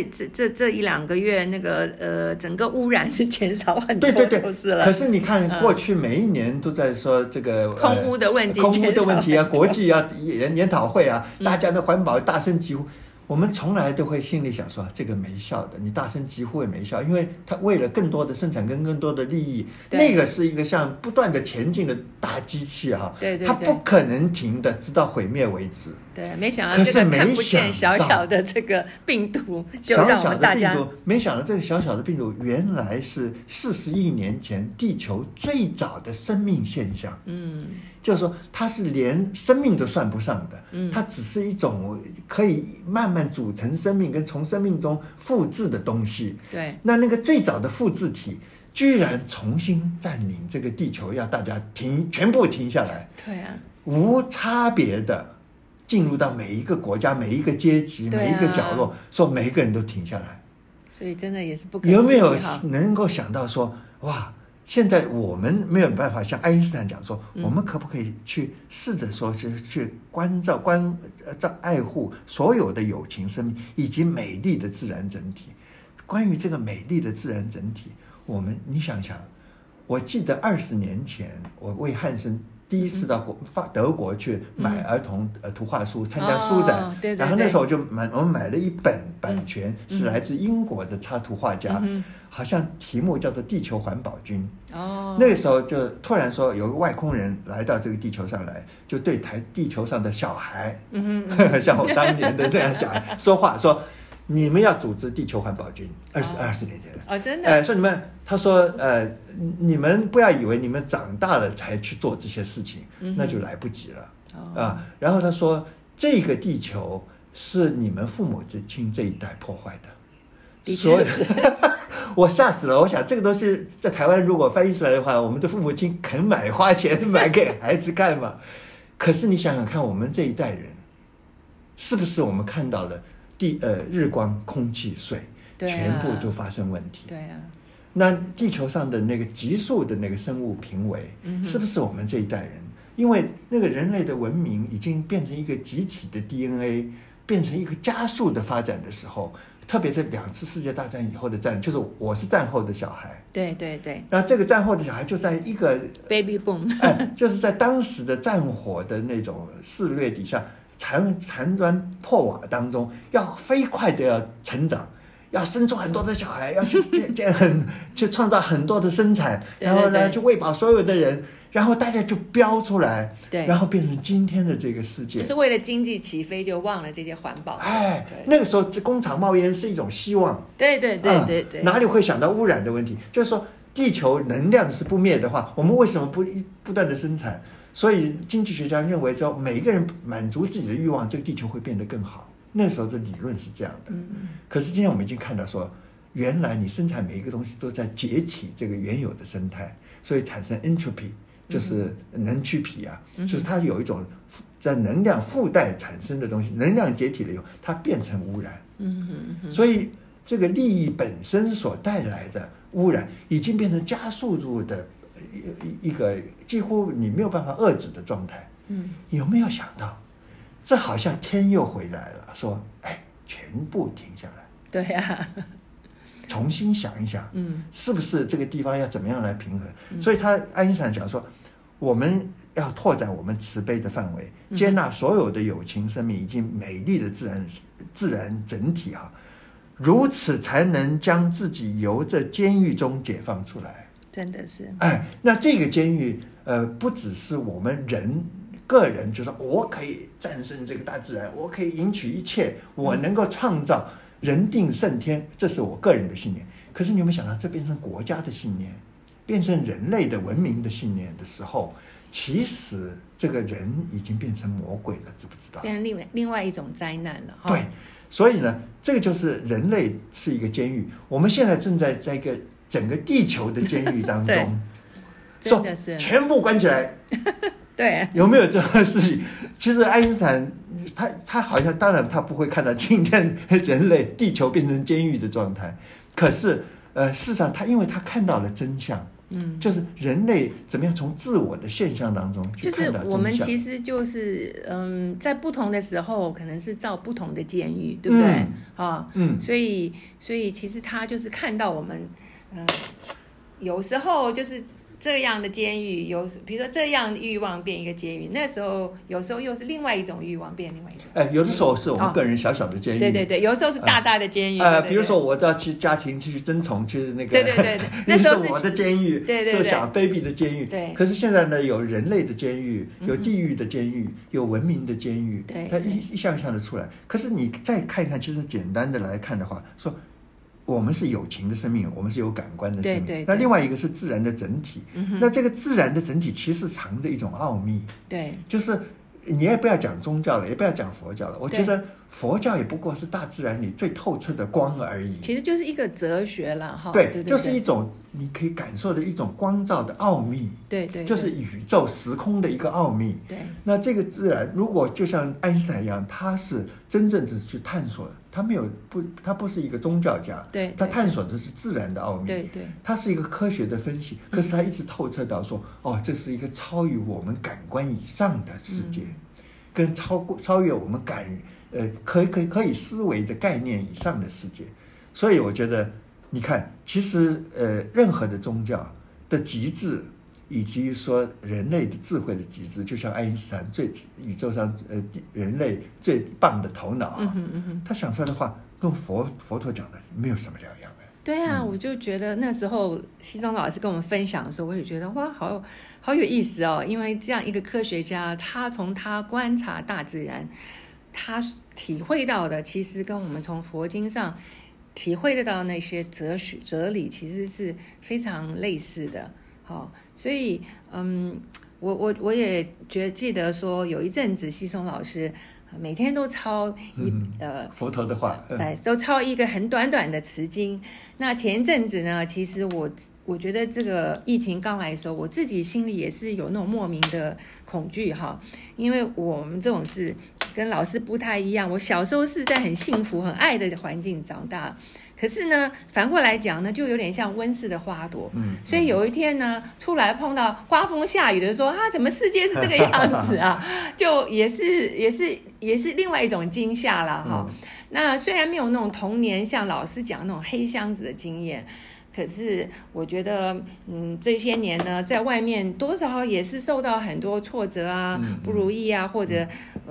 1-2个月那个整个污染是减少很多， 对， 就是了。 可是你看过去每一年都在说这个空污的问题， 啊，国际啊研讨会啊，大家的环保大声疾呼。我们从来都会心里想说，这个没效的，你大声疾呼也没效，因为他为了更多的生产跟更多的利益，那个是一个像不断的前进的大机器啊，它不可能停的，直到毁灭为止。 对，没想到这个看不见小小的这个病毒，就让我们大家没想到这个小小的病毒原来是40亿年前地球最早的生命现象。就是说它是连生命都算不上的，它只是一种可以慢慢组成生命跟从生命中复制的东西。 对， 那个最早的复制体居然重新占领这个地球，要大家全部停下来。 对啊， 无差别的进入到每一个国家、每一个阶级、每一个角落，说每一个人都停下来。 所以真的也是不可思议。 有没有能够想到说，哇？现在我们没有办法像爱因斯坦讲说，我们可不可以去试着说去关照爱护所有的有情生命以及美丽的自然整体。关于这个美丽的自然整体，你想想，我记得20年前我为汉生第一次到德国去买儿童图画书，参加书展，然后那时候我们买了一本版权，是来自英国的插图画家，好像题目叫做《地球环保军》。那个时候就突然说有个外空人来到这个地球上来，就对地球上的小孩，像我当年的那样小孩说话，说你们要组织地球环保军，20年前了。 真的。 说他说你们不要以为你们长大了才去做这些事情，那就来不及了。然后他说这个地球是你们父母亲这一代破坏的，所以我吓死了。我想这个东西在台湾如果翻译出来的话，我们的父母亲肯花钱买给孩子看嘛？可是你想想看，我们这一代人是不是我们看到的日光、空气、水，全部都发生问题？ 对啊。 那地球上的那个急速的那个生物濒危，是不是我们这一代人？因为那个人类的文明已经变成一个集体的 DNA， 变成一个加速的发展的时候，特别在2次世界大战以后的就是我是战后的小孩， 对对对， 那这个战后的小孩就在一个 baby boom， 就是在当时的战火的那种肆虐底下，残砖破瓦当中，要飞快的要成长，要生出很多的小孩，要去创造很多的生产，然后呢去喂饱所有的人，然后大家就飙出来， 对， 然后变成今天的这个世界， 就是为了经济起飞就忘了这些环保。 那个时候这工厂冒烟是一种希望， 对对对对对， 哪里会想到污染的问题？就是说地球能量是不灭的话，我们为什么不断的生产？所以经济学家认为，只要每一个人满足自己的欲望，这个地球会变得更好。那时候的理论是这样的。可是今天我们已经看到说，原来你生产每一个东西都在解体这个原有的生态，所以产生 entropy， 就是能趋疲啊，就是它有一种在能量附带产生的东西，能量解体了以后，它变成污染。所以这个利益本身所带来的污染，已经变成加速度的一个几乎你没有办法遏制的状态。有没有想到，这好像天又回来了，说全部停下来。 对呀， 重新想一想，是不是这个地方要怎么样来平衡？所以爱因斯坦讲说，我们要拓展我们慈悲的范围，接纳所有的有情生命以及美丽的自然整体啊，如此才能将自己由这监狱中解放出来。 真的是， 那这个监狱不只是我们个人，就是我可以战胜这个大自然，我可以迎娶一切，我能够创造人定胜天，这是我个人的信念。可是你有没有想到，这变成国家的信念，变成人类的文明的信念的时候，其实这个人已经变成魔鬼了，知不知道？ 变成另外一种灾难了。 对，所以呢，这个就是人类是一个监狱，我们现在正在一个整个地球的监狱当中， 真的是全部关起来。 对， 有没有这个事情？其实爱因斯坦他好像，当然他不会看到今天人类地球变成监狱的状态，可是事实上因为他看到了真相，就是人类怎么样从自我的现象当中去看到真相。 就是我们其实就是在不同的时候可能是造不同的监狱，对不对？所以其实他就是看到我们有时候就是这样的监狱，比如说这样欲望变一个监狱，那时候有时候又是另外一种欲望变另外一种。 有的时候是我们个人小小的监狱， 对对对，有时候是大大的监狱。 比如说我要去家庭去争宠，去那个， 对，那时候是我的监狱， 对， 是小 baby 的监狱。 对。 可是现在呢，有人类的监狱，有地狱的监狱，有文明的监狱，它一项项的出来。可是你再看一看，其实简单的来看的话，说我们是有情的生命，我们是有感官的生命。 对， 那另外一个是自然的整体。那这个自然的整体其实藏着一种奥秘。 对， 就是你也不要讲宗教了，也不要讲佛教了，我觉得佛教也不过是大自然里最透彻的光而已。 其实就是一个哲学了哈。 对，就是一种你可以感受的一种光照的奥秘。 对， 就是宇宙时空的一个奥秘。 对， 那这个自然如果就像爱因斯坦一样，他是真正的去探索，他不是一个宗教家， 对， 他探索的是自然的奥秘。 对， 他是一个科学的分析，可是他一直透彻到说，这是一个超于我们感官以上的世界，跟超越我们可以思维的概念以上的世界。所以我觉得你看，其实任何的宗教的极致，以及说人类的智慧的极致，就像爱因斯坦宇宙上人类最棒的头脑啊，他想出来的话跟佛陀讲的没有什么两样的。 对啊，我就觉得那时候西松老师跟我们分享的时候，我也觉得哇，好有意思哦。因为这样一个科学家，他从他观察大自然，他体会到的其实跟我们从佛经上体会得到那些哲理，其实是非常类似的。所以我也记得说有一阵子西松老师每天都抄佛陀的话， 都抄一个很短的词经。那前一阵子呢，其实我觉得这个疫情刚来的时候，我自己心里也是有那种莫名的恐惧哈，因为我们这种是跟老师不太一样。我小时候是在很幸福、很爱的环境长大，可是呢，反过来讲呢，就有点像温室的花朵。所以有一天呢，出来碰到刮风下雨的说怎么世界是这个样子啊？就也是另外一种惊吓啦哈。那虽然没有那种童年像老师讲那种黑箱子的经验，可是我觉得这些年呢，在外面多少也是受到很多挫折啊、不如意啊，或者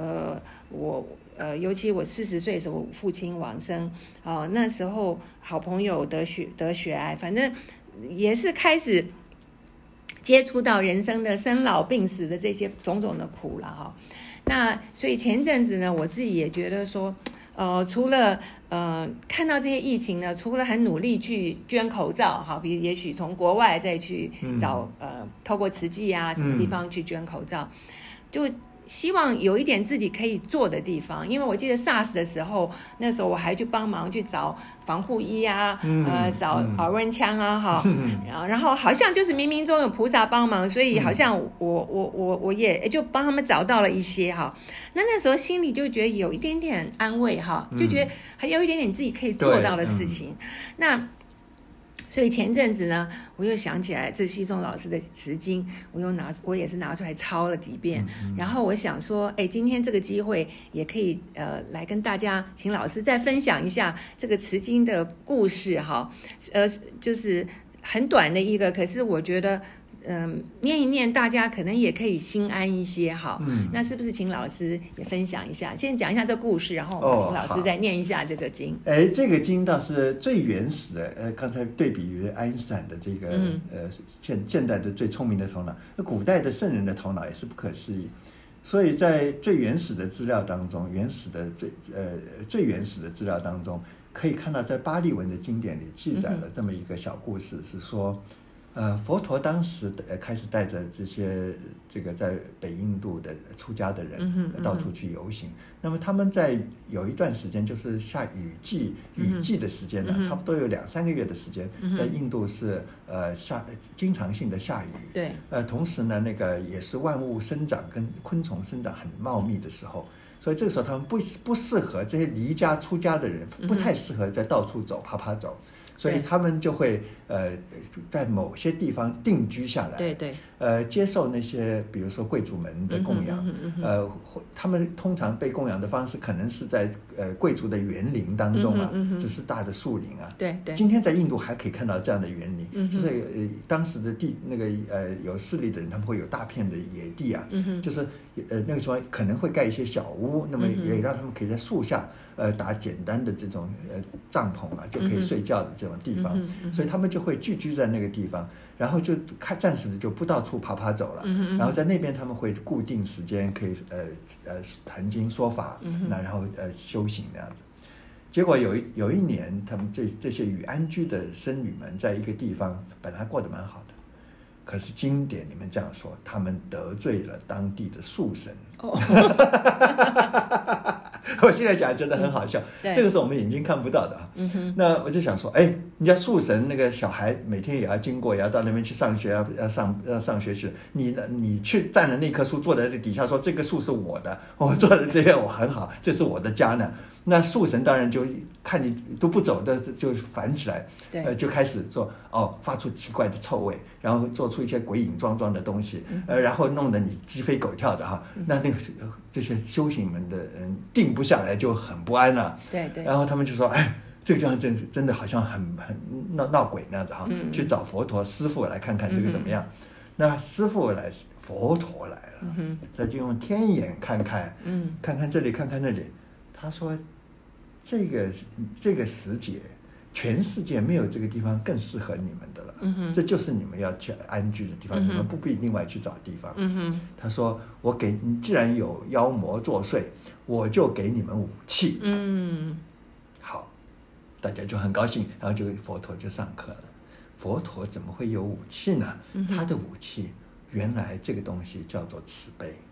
尤其我40岁的时候，我父亲往生那时候好朋友得血癌，反正也是开始接触到人生的生老病死的这些种种的苦了哈。那所以前阵子呢，我自己也觉得说除了看到这些疫情呢，除了很努力去捐口罩，好，比如也许从国外再去找透过慈济啊什么地方去捐口罩，就希望有一点自己可以做的地方。因为我记得 SARS 的时候，那时候我还去帮忙去找防护衣啊，找保温枪啊，哈，然后好像就是冥冥中有菩萨帮忙，所以好像我也就帮他们找到了一些哈。那时候心里就觉得有一点点安慰哈，就觉得还有一点点自己可以做到的事情。那所以前阵子呢，我又想起来这西颂老师的词经，我也是拿出来抄了几遍。然后我想说，今天这个机会也可以来跟大家请老师再分享一下这个词经的故事哈。就是很短的一个，可是我觉得念一念，大家可能也可以心安一些哈。那是不是请老师也分享一下？先讲一下这故事，然后我们请老师再念一下这个经。 这个经倒是最原始的。刚才对比于爱因斯坦的这个现代的最聪明的头脑，古代的圣人的头脑也是不可思议。所以在最原始的资料当中，最原始的资料当中，可以看到在巴利文的经典里记载了这么一个小故事，是说。佛陀当时开始带着这个在北印度的出家的人到处去游行。那么他们在有一段时间，就是下雨季的时间呢，差不多有2-3个月的时间，在印度是经常性的下雨。 对。 同时呢，那个也是万物生长跟昆虫生长很茂密的时候，所以这个时候他们不适合，这些离家出家的人不太适合在到处走爬走。所以他们就会在某些地方定居下来， 对， 接受那些比如说贵族们的供养，他们通常被供养的方式可能是在贵族的园林当中啊，只是大的树林啊。对，今天在印度还可以看到这样的园林，就是当时的那个有势力的人，他们会有大片的野地啊，就是那个时候可能会盖一些小屋，那么也让他们可以在树下。打简单的这种帐篷啊，就可以睡觉的这种地方，所以他们就会聚居在那个地方，然后就暂时的就不到处爬走了，然后在那边他们会固定时间可以谈经说法，然后修行那样子。结果有一年，他们这些与安居的僧侣们在一个地方本来过得蛮好的，可是经典里面这样说，他们得罪了当地的树神。我现在讲觉得很好笑，这个是我们眼睛看不到的啊。那我就想说，人家树神那个小孩每天也要经过，也要到那边去上学，要上学去。你去占了那棵树，坐在这底下说这个树是我的，我坐在这边我很好，这是我的家呢。那树神当然就看你都不走的，就烦起来，就开始说发出奇怪的臭味，然后做出一些鬼影幢幢的东西，然后弄得你鸡飞狗跳的哈。那个这些修行们的人定不下来，就很不安了。对。然后他们就说，这个地方真的好像很闹鬼那样子哈，去找佛陀师父来看看这个怎么样。那师父佛陀来了，他就用天眼看看这里看看那里。他说这个时节，全世界没有这个地方更适合你们的了，这就是你们要去安居的地方，你们不必另外去找地方。他说我给你，既然有妖魔作祟，我就给你们武器。好，大家就很高兴，然后佛陀就上课了。佛陀怎么会有武器呢？他的武器原来这个东西叫做慈悲。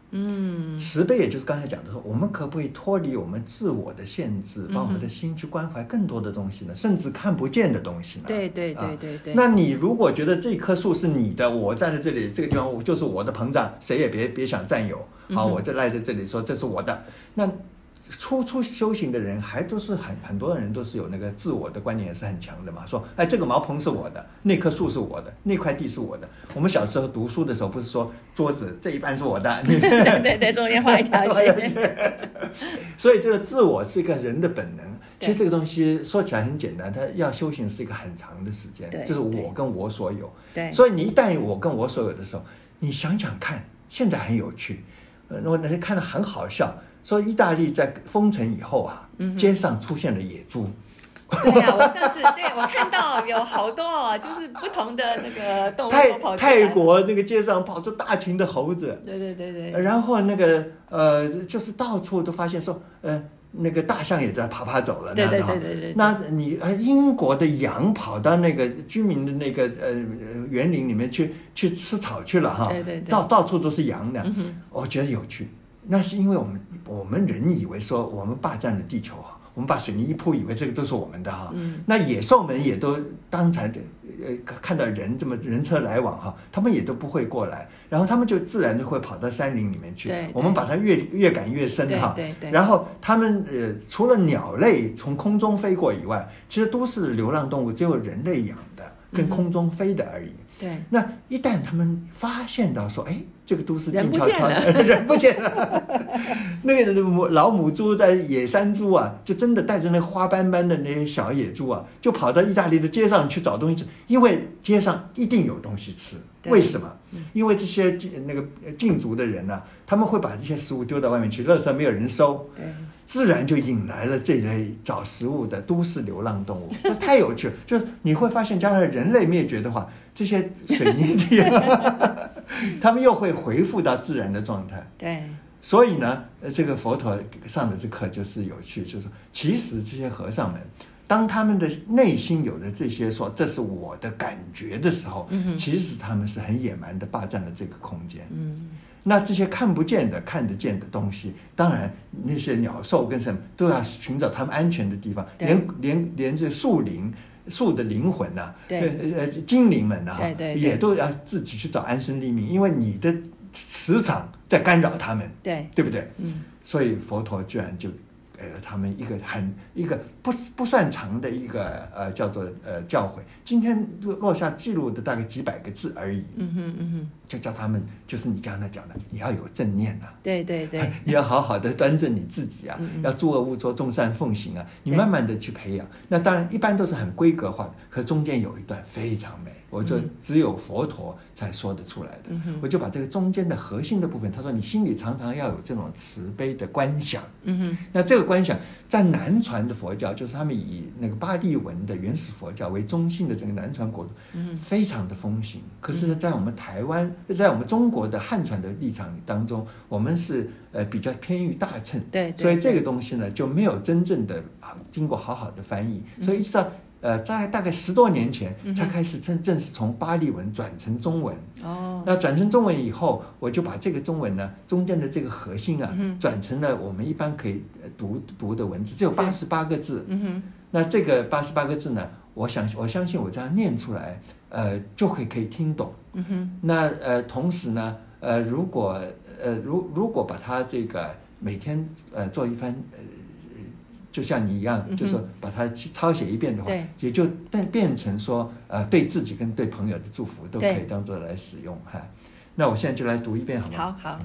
慈悲也就是刚才讲的说，我们可不可以脱离我们自我的限制，把我们的心去关怀更多的东西呢？甚至看不见的东西呢？ 对。 那你如果觉得这棵树是你的，我站在这里，这个地方就是我的棚障，谁也别想占有。好，我就赖在这里说这是我的。那初修行的人还都是很多人都是有那个自我的观念也是很强的嘛，说这个茅棚是我的，那棵树是我的，那块地是我的。我们小时候读书的时候不是说桌子这一半是我的， 对，中间画一条线。 所以这个自我是一个人的本能。其实这个东西说起来很简单，它要修行是一个很长的时间，就是我跟我所有。 对， 所以你一旦我跟我所有的时候，你想想看，现在很有趣，我那天看得很好笑。说意大利在封城以后啊，街上出现了野猪。 对啊，我上次我看到有好多就是不同的那个动物跑出来。 泰国那个街上跑出大群的猴子。 对。 然后那个就是到处都发现说那个大象也在爬走了。 对。 那你英国的羊跑到那个居民的那个园林里面去吃草去了哈。 对。 到处都是羊的。我觉得有趣。那是因为我们人以为说我们霸占了地球哈，我们把水泥一铺，以为这个都是我们的哈。那野兽们也都当场看到人这么人车来往哈，他们也都不会过来，然后他们就自然就会跑到山林里面去。我们把它越赶越深哈。 对。 然后他们除了鸟类从空中飞过以外，其实都是流浪动物，只有人类养的跟空中飞的而已。 对。 那一旦他们发现到说，这个都市静悄悄的，人不见了。那个老母猪在野山猪啊，就真的带着那花斑斑的那些小野猪啊，就跑到意大利的街上去找东西吃，因为街上一定有东西吃。为什么？因为这些那个禁足的人啊，他们会把这些食物丢到外面去，垃圾没有人收，自然就引来了这类找食物的都市流浪动物。这太有趣了，就是你会发现，将来人类灭绝的话，这些水泥地他们又会恢复到自然的状态。 对。 所以呢，这个佛陀上的这课就是有趣，就是其实这些和尚们，当他们的内心有了这些说这是我的感觉的时候，其实他们是很野蛮的霸占了这个空间。那这些看不见的看得见的东西，当然那些鸟兽跟什么都要寻找他们安全的地方，连这树的灵魂啊，精灵们啊，也都要自己去找安身立命，因为你的磁场在干扰他们，对不对？所以佛陀居然就给了他们一个不算长的一个叫做教诲。今天落下记录的大概几百个字而已。就叫他们，就是你刚才讲的，你要有正念啊， 对， 你要好好的端正你自己啊，要诸恶勿作，众善奉行啊，你慢慢的去培养。那当然一般都是很规格化的，可是中间有一段非常美，我就只有佛陀才说得出来的。我就把这个中间的核心的部分，他说你心里常常要有这种慈悲的观想。那这个观想在南传的佛教，就是他们以那个巴利文的原始佛教为中心的这个南传国度，非常的风行。可是在我们台湾，在我们中国的汉传的立场当中，我们是比较偏于大乘，所以这个东西呢就没有真正的经过好好的翻译，所以一直到大概10多年前才开始正式从巴利文转成中文。那转成中文以后，我就把这个中文呢中间的这个核心啊，转成了我们一般可以读的文字，只有88个字。那这个88个字呢，我相信我这样念出来，就可以听懂。那同时呢，如果把它这个每天做一番就像你一样，就是把它抄写一遍的话，也就变成说对自己跟对朋友的祝福都可以当做来使用哈。那我现在就来读一遍好吗？ 好。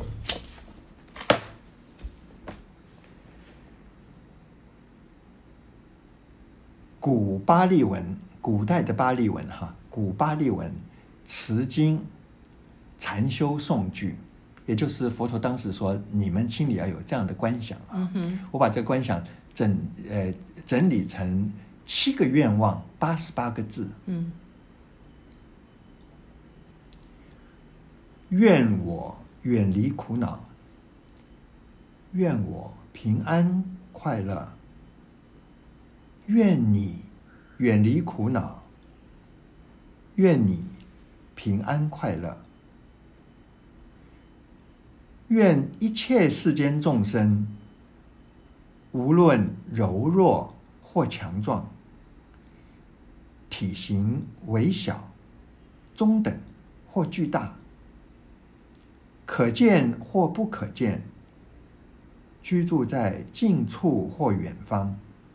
古巴利文，古代的巴利文哈，古巴利文持经禅修诵句，也就是佛陀当时说你们心里要有这样的观想啊。我把这个观想整理成7个愿望88个字。愿我远离苦恼，愿我平安快乐，愿你远离苦恼，愿你平安快乐， 愿一切世间众生，无论柔弱或强壮，体型微小、中等或巨大，可见或不可见，居住在近处或远方，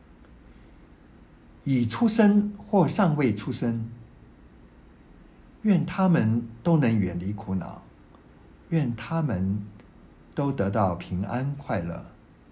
已出生或尚未出生，愿他们都能远离苦恼，愿他们都得到平安快乐。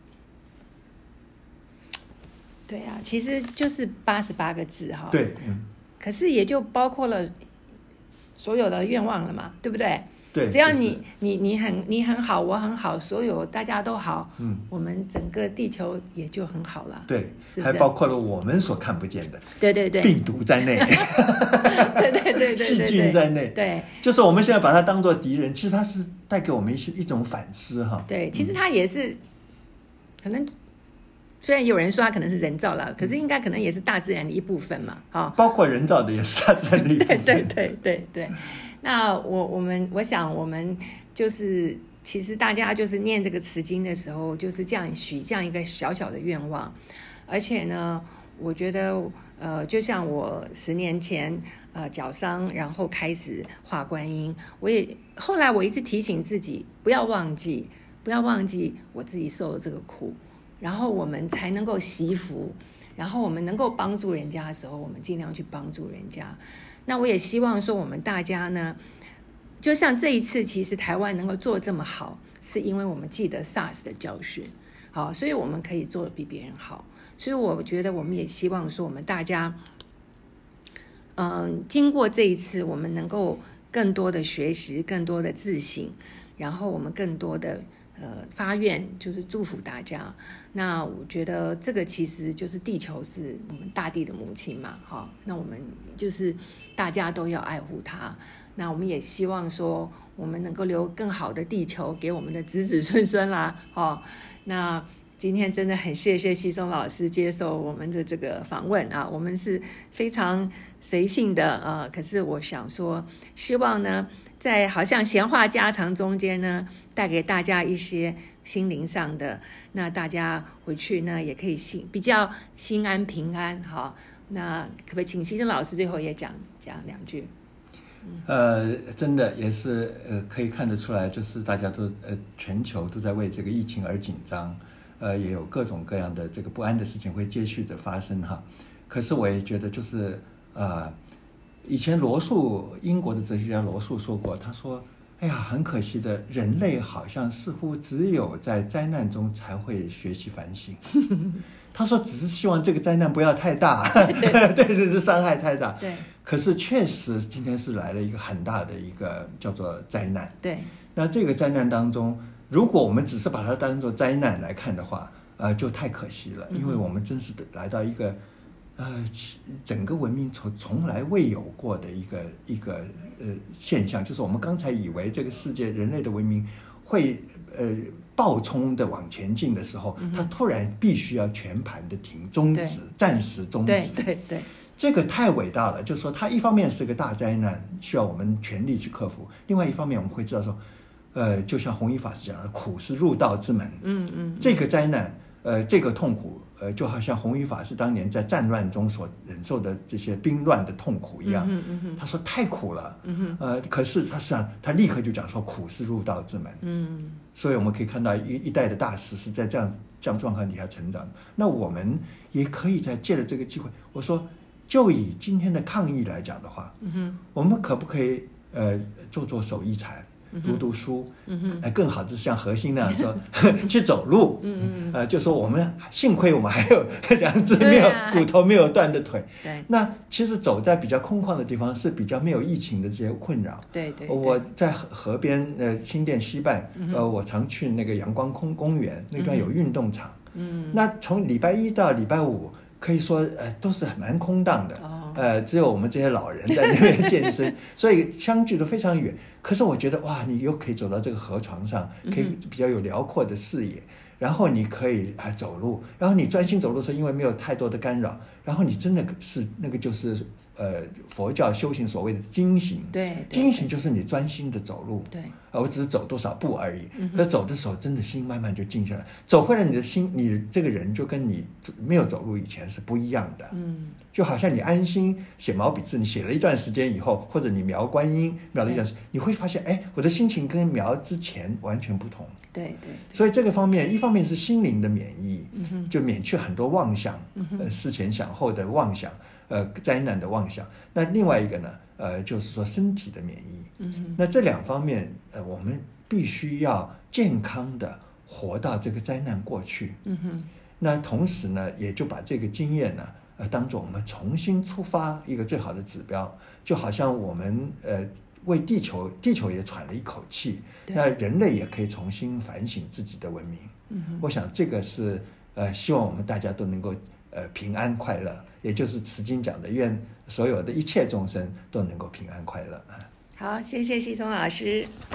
对啊，其实就是88个字哈。 对， 可是也就包括了所有的愿望了嘛，对不对？ 对， 只要你很好，我很好，所有大家都好，我们整个地球也就很好了。 对， 是不是还包括了我们所看不见的， 对对对， 病毒在内， 对， 细菌在内， 对， 就是我们现在把它当作敌人，其实它是带给我们一种反思哈。 对，其实它也是可能。虽然有人说它可能是人造了，可是应该可能也是大自然的一部分嘛， 包括人造的也是大自然的一部分。 对。那我想我们就是其实大家就是念这个词经的时候，就是这样许这样一个小小的愿望，而且呢，我觉得就像我10年前脚伤，然后开始画观音，后来我一直提醒自己不要忘记我自己受了这个苦。然后我们才能够惜福，然后我们能够帮助人家的时候，我们尽量去帮助人家。那我也希望说我们大家呢，就像这一次其实台湾能够做这么好，是因为我们记得 SARS 的教训，好，所以我们可以做得比别人好。所以我觉得我们也希望说我们大家经过这一次，我们能够更多的学习，更多的自省，然后我们更多的发愿，就是祝福大家。那我觉得这个其实就是地球是我们大地的母亲嘛，哈。那我们就是大家都要爱护它。那我们也希望说，我们能够留更好的地球给我们的子子孙孙啦，哈。那今天真的很谢谢奚松老师接受我们的这个访问啊，我们是非常随性的可是我想说，希望呢，在好像闲话家常中间呢，带给大家一些心灵上的，那大家回去呢也可以比较心安平安哈。那可不可以请奚松老师最后也讲2句？ 真的也是可以看得出来，就是大家都全球都在为这个疫情而紧张，也有各种各样的这个不安的事情会接续的发生哈。可是我也觉得就是以前英国的哲学家罗素说过，他说哎呀，很可惜的，人类好像似乎只有在灾难中才会学习反省。他说只是希望这个灾难不要太大，对，伤害太大。 对， 可是确实今天是来了一个很大的一个叫做灾难。 对， 那这个灾难当中，如果我们只是把它当作灾难来看的话，就太可惜了，因为我们真是来到一个整个文明从来未有过的一个现象，就是我们刚才以为这个世界人类的文明会暴冲的往前进的时候，它突然必须要全盘的终止，暂时终止。 对， 这个太伟大了，就是说它一方面是个大灾难，需要我们全力去克服；另外一方面我们会知道说，就像弘一法师讲的，苦是入道之门。这个灾难，这个痛苦，就好像弘一法师当年在战乱中所忍受的这些兵乱的痛苦一样。他说太苦了。可是他立刻就讲说，苦是入道之门。所以我们可以看到一代的大师是在这样状况底下成长的。那我们也可以在借着这个机会，我说，就以今天的抗疫来讲的话，我们可不可以做手艺禅？读书，更好的是像核心那样说去走路，就说我们幸亏我们还有2只骨头没有断的腿。 对， 那其实走在比较空旷的地方是比较没有疫情的这些困扰。 对， 我在河边新店西半，我常去那个阳光公园，那边有运动场。那从礼拜1到礼拜5，可以说都是蛮空荡的。只有我们这些老人在那边健身，所以相距都非常远。可是我觉得哇，你又可以走到这个河床上，可以比较有辽阔的视野，然后你可以走路，然后你专心走路的时候，因为没有太多的干扰， 然后你真的是那个就是佛教修行所谓的精行， 对， 精行就是你专心的走路， 对， 我只是走多少步而已，可走的时候真的心慢慢就静下来，走回来你的心，你这个人就跟你没有走路以前是不一样的，就好像你安心写毛笔字，你写了一段时间以后，或者你描观音描了一段时间，你会发现，哎，我的心情跟描之前完全不同， 对， 所以这个方面，一方面是心灵的免疫，就免去很多妄想，思前想后的妄想，灾难的妄想。那另外一个呢，就是说身体的免疫。那这两方面，我们必须要健康的活到这个灾难过去。那同时呢，也就把这个经验呢，当做我们重新出发一个最好的指标，就好像我们为地球也喘了一口气，那人类也可以重新反省自己的文明。我想这个是希望我们大家都能够平安快乐，也就是慈经讲的，愿所有的一切众生都能够平安快乐。 好，谢谢西松老师。